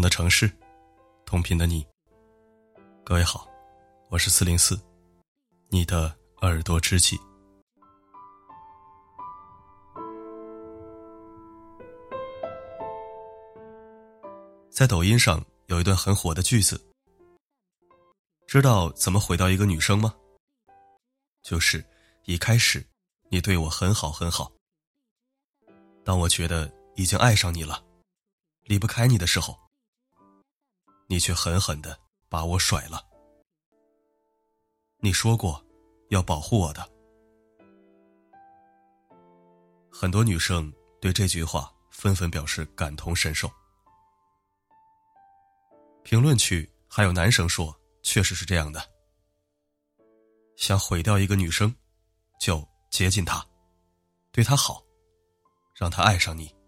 的城市，同频的你。各位好，我是404，你的耳朵知己。在抖音上有一段很火的句子，知道怎么毁掉一个女生吗？就是一开始你对我很好很好，当我觉得已经爱上你了，离不开你的时候，你却狠狠地把我甩了。你说过要保护我的。很多女生对这句话纷纷表示感同身受。评论区还有男生说，确实是这样的。想毁掉一个女生，就接近她，对她好，让她爱上你。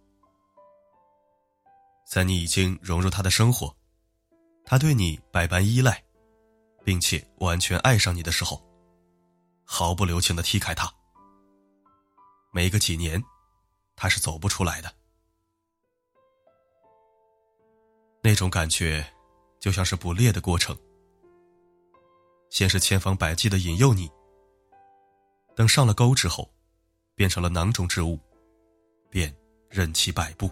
在你已经融入她的生活，她对你百般依赖，并且完全爱上你的时候，毫不留情地踢开她。没个几年，她是走不出来的。那种感觉就像是捕猎的过程，先是千方百计地引诱你，等上了钩之后，变成了囊中之物，便任其摆布。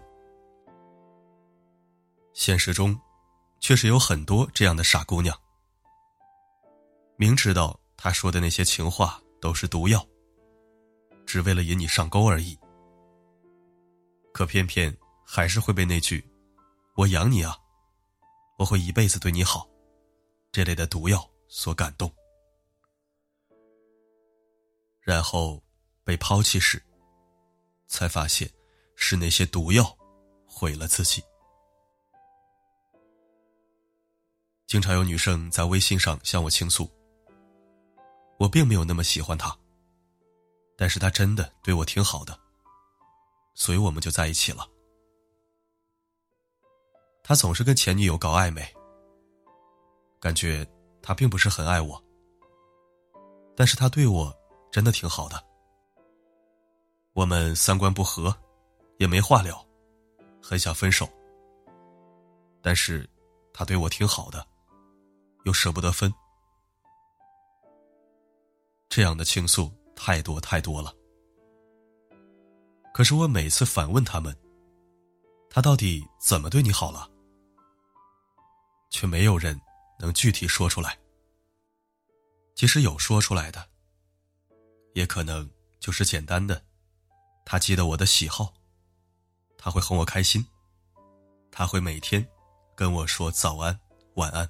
现实中确实有很多这样的傻姑娘，明知道她说的那些情话都是毒药，只为了引你上钩而已，可偏偏还是会被那句我养你啊，我会一辈子对你好这类的毒药所感动，然后被抛弃时，才发现是那些毒药毁了自己。经常有女生在微信上向我倾诉，我并没有那么喜欢她，但是她真的对我挺好的，所以我们就在一起了。她总是跟前女友搞暧昧，感觉她并不是很爱我，但是她对我真的挺好的。我们三观不合，也没话聊，很想分手，但是她对我挺好的，又舍不得分。这样的倾诉太多太多了。可是我每次反问他们，他到底怎么对你好了？却没有人能具体说出来。即使有说出来的，也可能就是简单的，他记得我的喜好，他会哄我开心，他会每天跟我说早安晚安。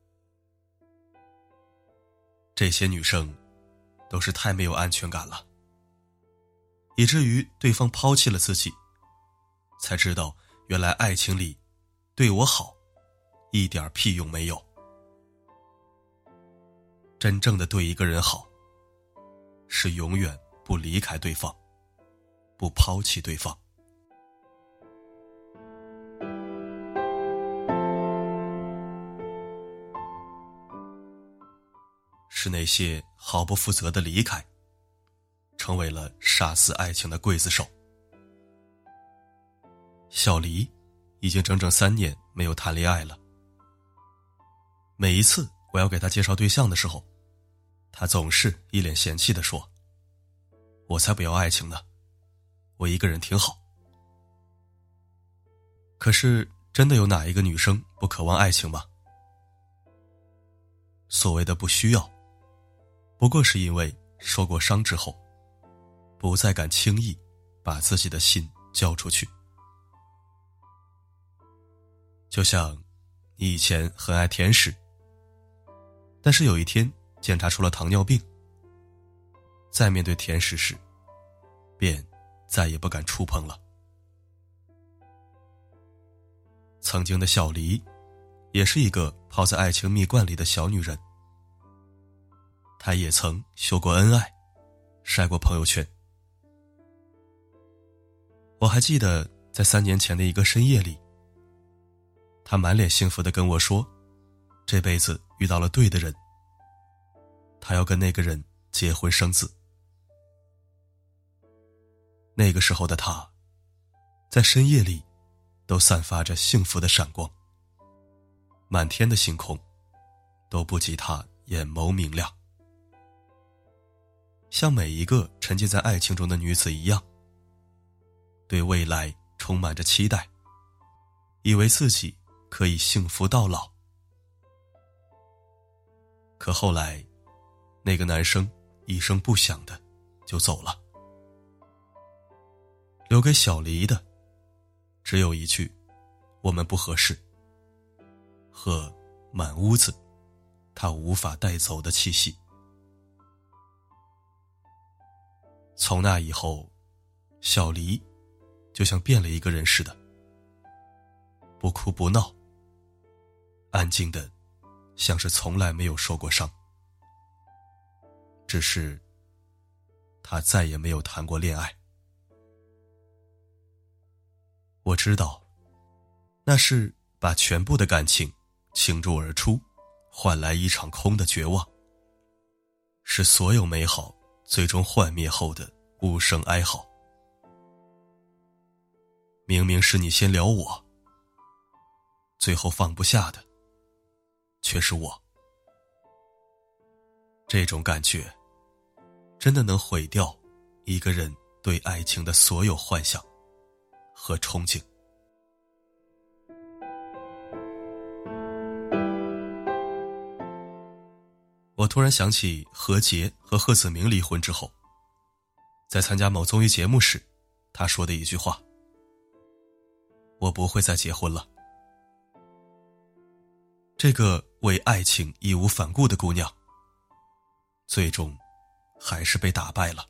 这些女生都是太没有安全感了，以至于对方抛弃了自己，才知道原来爱情里对我好一点屁用没有。真正的对一个人好，是永远不离开对方，不抛弃对方。是那些毫不负责的离开，成为了杀死爱情的刽子手。小黎已经整整3年没有谈恋爱了。每一次我要给他介绍对象的时候，他总是一脸嫌弃地说，我才不要爱情呢，我一个人挺好。可是真的有哪一个女生不渴望爱情吗？所谓的不需要，不过是因为受过伤之后，不再敢轻易把自己的心交出去。就像你以前很爱甜食，但是有一天检查出了糖尿病，再面对甜食时，便再也不敢触碰了。曾经的小黎，也是一个泡在爱情蜜罐里的小女人，她也曾秀过恩爱，晒过朋友圈。我还记得在3年前的一个深夜里，她满脸幸福地跟我说，这辈子遇到了对的人，她要跟那个人结婚生子。那个时候的她，在深夜里都散发着幸福的闪光。 满天的星空都不及他眼眸明亮。像每一个沉浸在爱情中的女子一样，对未来充满着期待，以为自己可以幸福到老。可后来，那个男生一声不响的就走了，留给小黎的只有一句我们不合适，和满屋子他无法带走的气息。从那以后，小黎就像变了一个人似的，不哭不闹，安静的像是从来没有受过伤。只是他再也没有谈过恋爱。我知道，那是把全部的感情倾注而出，换来一场空的绝望，是所有美好最终幻灭后的无声哀嚎。明明是你先撩我，最后放不下的却是我。这种感觉真的能毁掉一个人对爱情的所有幻想和憧憬。我突然想起何洁和贺子铭离婚之后，在参加某综艺节目时他说的一句话：我不会再结婚了。这个为爱情义无反顾的姑娘，最终还是被打败了。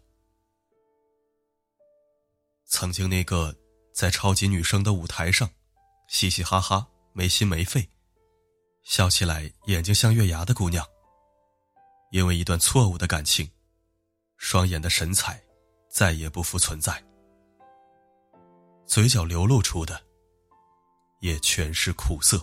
曾经那个在超级女声的舞台上嘻嘻哈哈没心没肺，笑起来眼睛像月牙的姑娘，因为一段错误的感情，双眼的神采再也不复存在，嘴角流露出的也全是苦涩。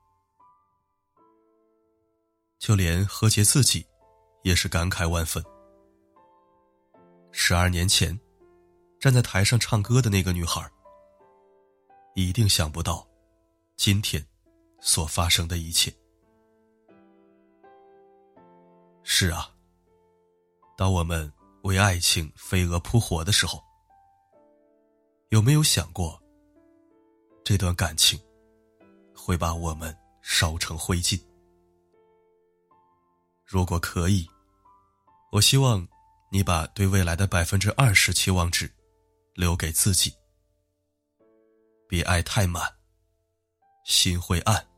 就连何洁自己也是感慨万分。12年前站在台上唱歌的那个女孩，一定想不到今天所发生的一切。是啊，当我们为爱情飞蛾扑火的时候，有没有想过这段感情会把我们烧成灰烬？如果可以，我希望你把对未来的20%期望值留给自己，别爱太满，心会暗。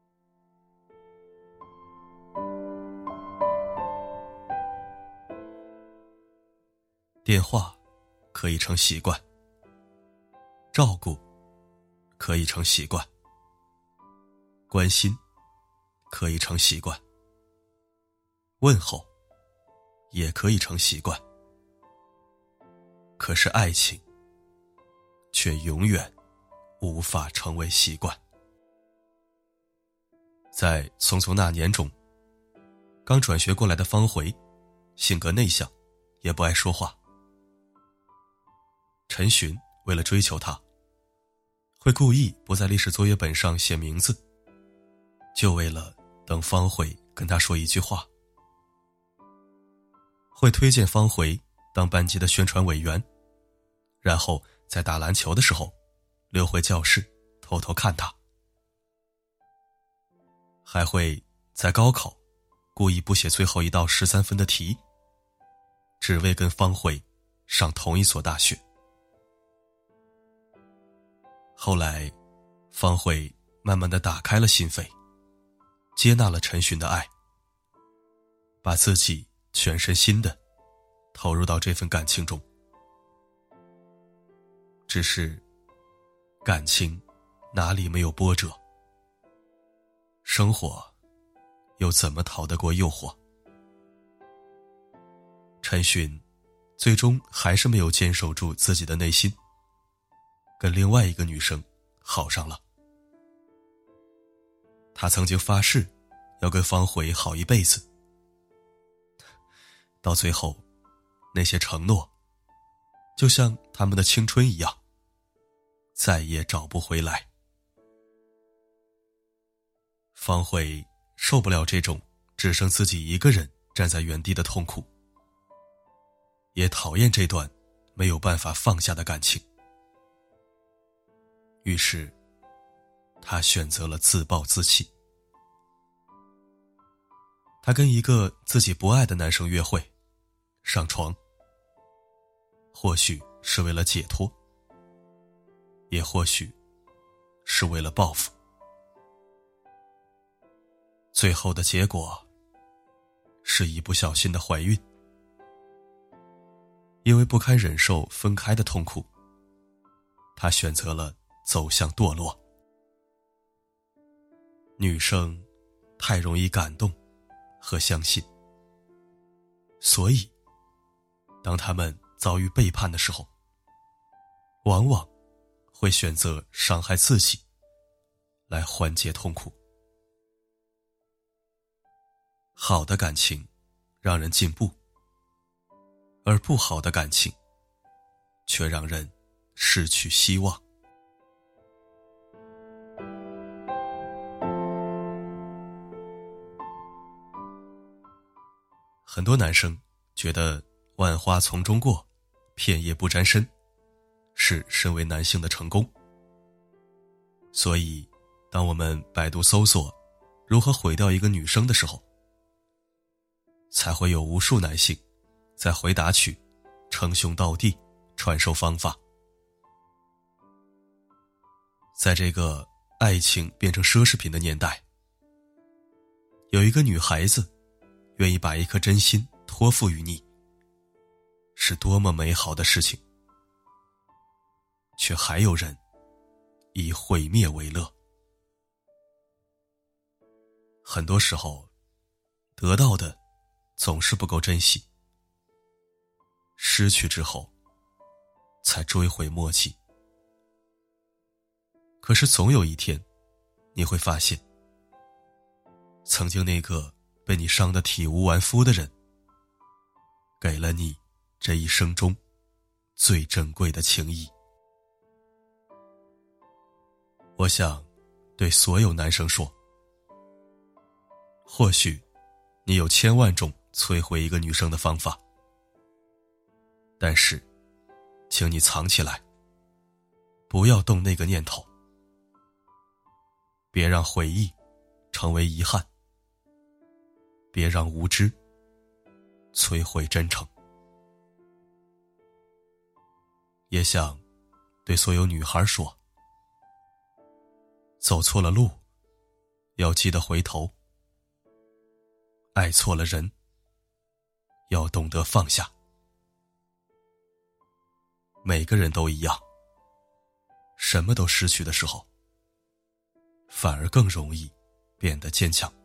电话可以成习惯，照顾可以成习惯，关心可以成习惯，问候也可以成习惯。可是爱情却永远无法成为习惯。在《匆匆那年》中，刚转学过来的方茴性格内向，也不爱说话。陈寻为了追求她，会故意不在历史作业本上写名字，就为了等方茴跟他说一句话。会推荐方茴当班级的宣传委员，然后在打篮球的时候溜回教室偷偷看他。还会在高考故意不写最后一道13分的题，只为跟方茴上同一所大学。后来方茴慢慢地打开了心扉，接纳了陈寻的爱，把自己全身心的投入到这份感情中。只是感情哪里没有波折，生活又怎么逃得过诱惑？陈寻最终还是没有坚守住自己的内心，跟另外一个女生好上了。他曾经发誓要跟方茴好一辈子，到最后那些承诺就像他们的青春一样，再也找不回来。 方会受不了这种只剩自己一个人站在原地的痛苦，也讨厌这段没有办法放下的感情。于是他选择了自暴自弃。他跟一个自己不爱的男生约会上床，或许是为了解脱，也或许是为了报复。最后的结果是一不小心的怀孕。因为不堪忍受分开的痛苦，他选择了走向堕落。女生太容易感动和相信，所以当他们遭遇背叛的时候，往往会选择伤害自己来缓解痛苦。好的感情让人进步，而不好的感情却让人失去希望。很多男生觉得万花丛中过，片叶不沾身，是身为男性的成功。所以当我们百度搜索如何毁掉一个女生的时候，才会有无数男性在回答区称兄道弟传授方法。在这个爱情变成奢侈品的年代，有一个女孩子愿意把一颗真心托付于你，是多么美好的事情。却还有人以毁灭为乐。很多时候得到的总是不够珍惜，失去之后才追悔莫及。可是总有一天你会发现，曾经那个被你伤得体无完肤的人，给了你这一生中最珍贵的情谊。我想对所有男生说，或许你有千万种摧毁一个女生的方法，但是请你藏起来，不要动那个念头，别让回忆成为遗憾，别让无知摧毁真诚。也想对所有女孩说，走错了路要记得回头，爱错了人要懂得放下。每个人都一样，什么都失去的时候，反而更容易变得坚强。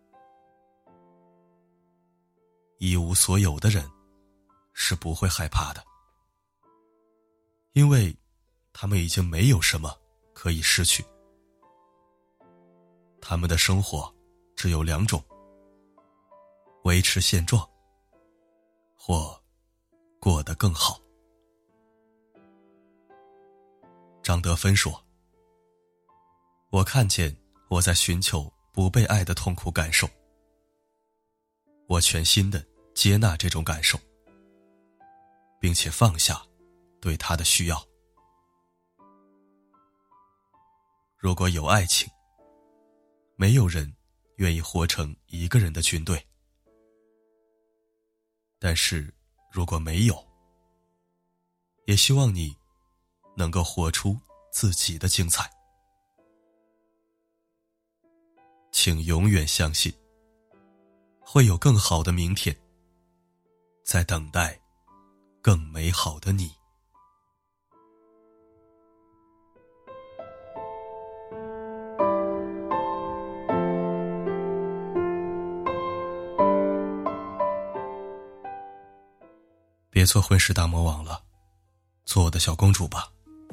一无所有的人是不会害怕的，因为他们已经没有什么可以失去。他们的生活只有两种，维持现状，或过得更好。张德芬说，我看见我在寻求不被爱的痛苦感受，我全心地接纳这种感受，并且放下对他的需要。如果有爱情，没有人愿意活成一个人的军队。但是如果没有，也希望你能够活出自己的精彩。请永远相信，会有更好的明天，在等待更美好的你。别做混世大魔王了，做我的小公主吧。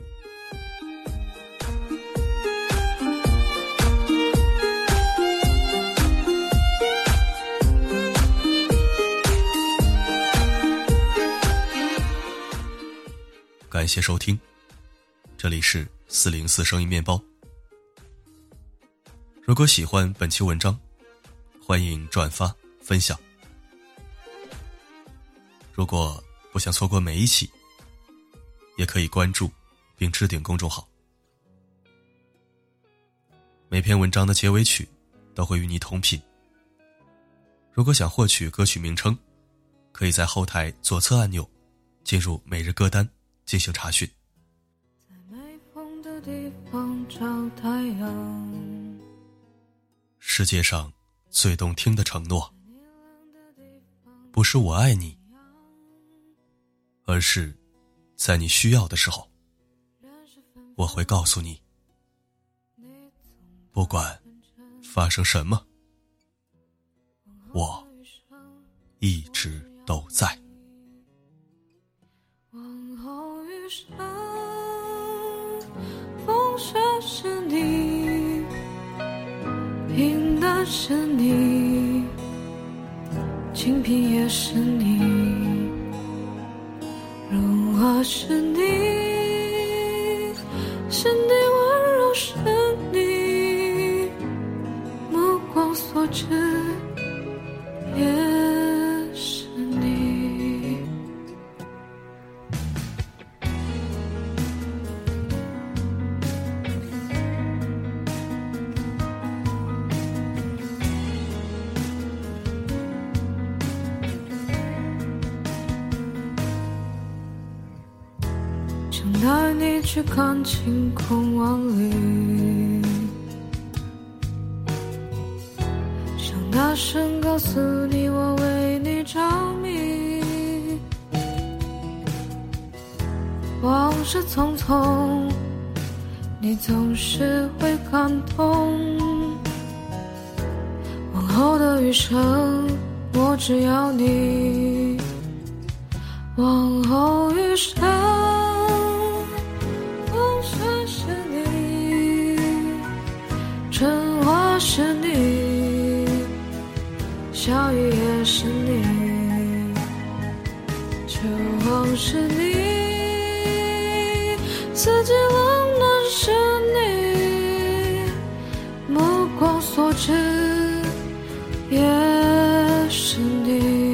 感谢收听，这里是404声音面包。 如果喜欢本期文章，欢迎转发分享。如果不想错过每一期，也可以关注并置顶公众号。每篇文章的结尾曲都会与你同频。如果想获取歌曲名称，可以在后台左侧按钮进入每日歌单进行查询。 在没风的地方找太阳， 世界上最动听的承诺，不是我爱你，而是在你需要的时候，我会告诉你，不管发生什么，我一直都在。 往后余生，风雪是你，平淡是你，清贫也是你，融化是你，是你温柔是你，目光所至也是你。想带你去看晴空万里，想大声告诉你我为你着迷。往事匆匆，你总是会感动。往后的余生，我只要你。往后余生，风雪是你，春花是你，小雨也是你，秋风是你，四季冷暖是你，目光所至也是你。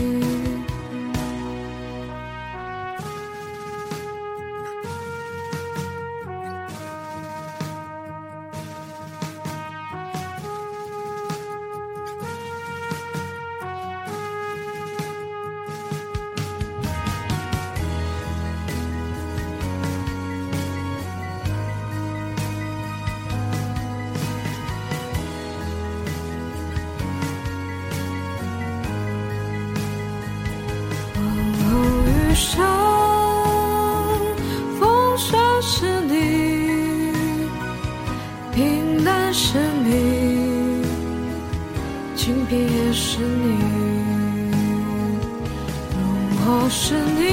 余生，风雪是你，平淡是你，清贫也是你，融化是你，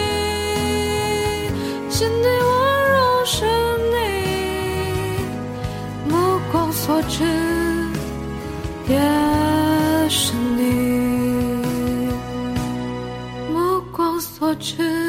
心底温柔是你，目光所至也是你，目光所至